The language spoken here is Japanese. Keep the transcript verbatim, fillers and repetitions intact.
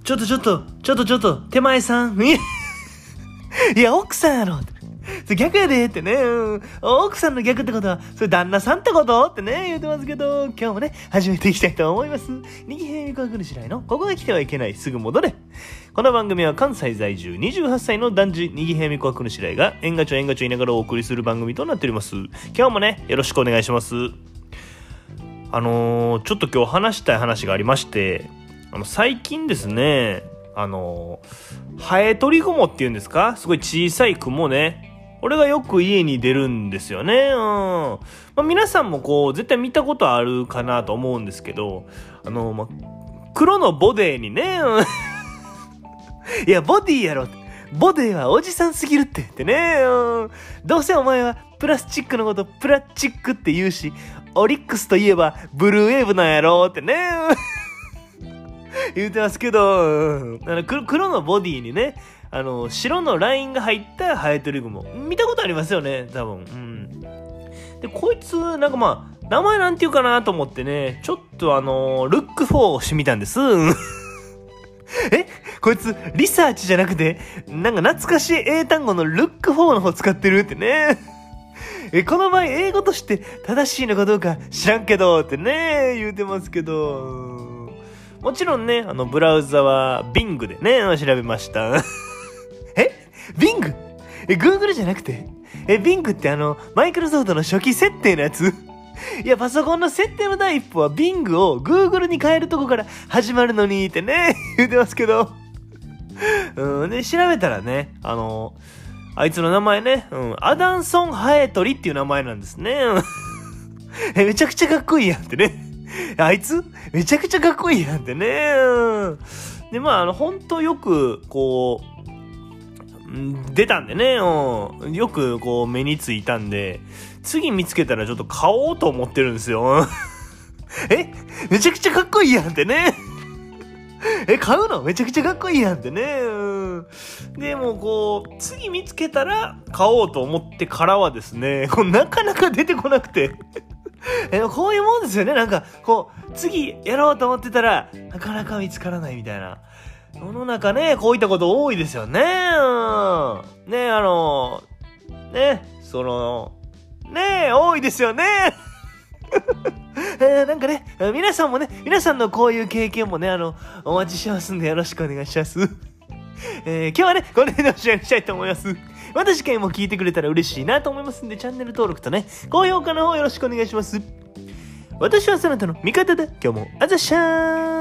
ちょっとちょっと、ちょっとちょっと、手前さん。いや、いや奥さんやろ。それ逆やでってね、うん。奥さんの逆ってことは、それ旦那さんってことってね、言うてますけど、今日もね、始めていきたいと思います。にぎへいみこわくるしらいの、ここが来てはいけない、すぐ戻れ。この番組は関西在住にじゅうはっさいの男児、にぎへいみこわくるしらいが、えんがちょえんがちょ言いながらお送りする番組となっております。今日もね、よろしくお願いします。あのー、ちょっと今日話したい話がありまして、あの、最近ですね、あのー、ハエトリグモっていうんですか？すごい小さい雲ね。俺がよく家に出るんですよね。うん。まあ、皆さんもこう、絶対見たことあるかなと思うんですけど、あの、まあ、黒のボデーにね、うん、いや、ボディやろ。ボデーはおじさんすぎるってってね、うん。どうせお前はプラスチックのことプラチックって言うし、オリックスといえばブルーウェーブなんやろってね、言うてますけど、うん、あの黒のボディにね、あの白のラインが入ったハエトリグモ見たことありますよね、多分。うん。でこいつなんかまあ名前なんていうかなと思ってね、ちょっとあのルックフォーをしてみたんです。えこいつリサーチじゃなくてなんか懐かしい英単語のルックフォーの方使ってるってね。えこの場合英語として正しいのかどうか知らんけどってね言うてますけど、もちろんねあのブラウザは Bing でね調べました。え Bing？ え Google じゃなくてえ Bing ってあのマイクロソフトの初期設定のやつ？いやパソコンの設定の第一歩は Bing を Google に変えるとこから始まるのにってね言うてますけど、うんで調べたらねあのあいつの名前ね、うん、アダンソンハエトリっていう名前なんですね。えめちゃくちゃかっこいいやんってね。あいつめちゃくちゃかっこいいやんってね。でまああの本当よくこう出たんでね、うん、よくこう目についたんで次見つけたらちょっと買おうと思ってるんですよ。えめちゃくちゃかっこいいやんってね。え買うのめちゃくちゃかっこいいやんってね、うん、でもこう次見つけたら買おうと思ってからはですねこうなかなか出てこなくてえこういうもんですよね。なんかこう次やろうと思ってたらなかなか見つからないみたいな世の中ね、こういったこと多いですよね。うん、ねあのねそのね多いですよね。えー、なんかね皆さんもね皆さんのこういう経験もねあのお待ちしてますんでよろしくお願いします。えー、今日はねこの辺でおしまいにしたいと思います。また次回も聞いてくれたら嬉しいなと思いますんでチャンネル登録とね高評価の方よろしくお願いします。私はそなたの味方だ。今日もあざっしゃー。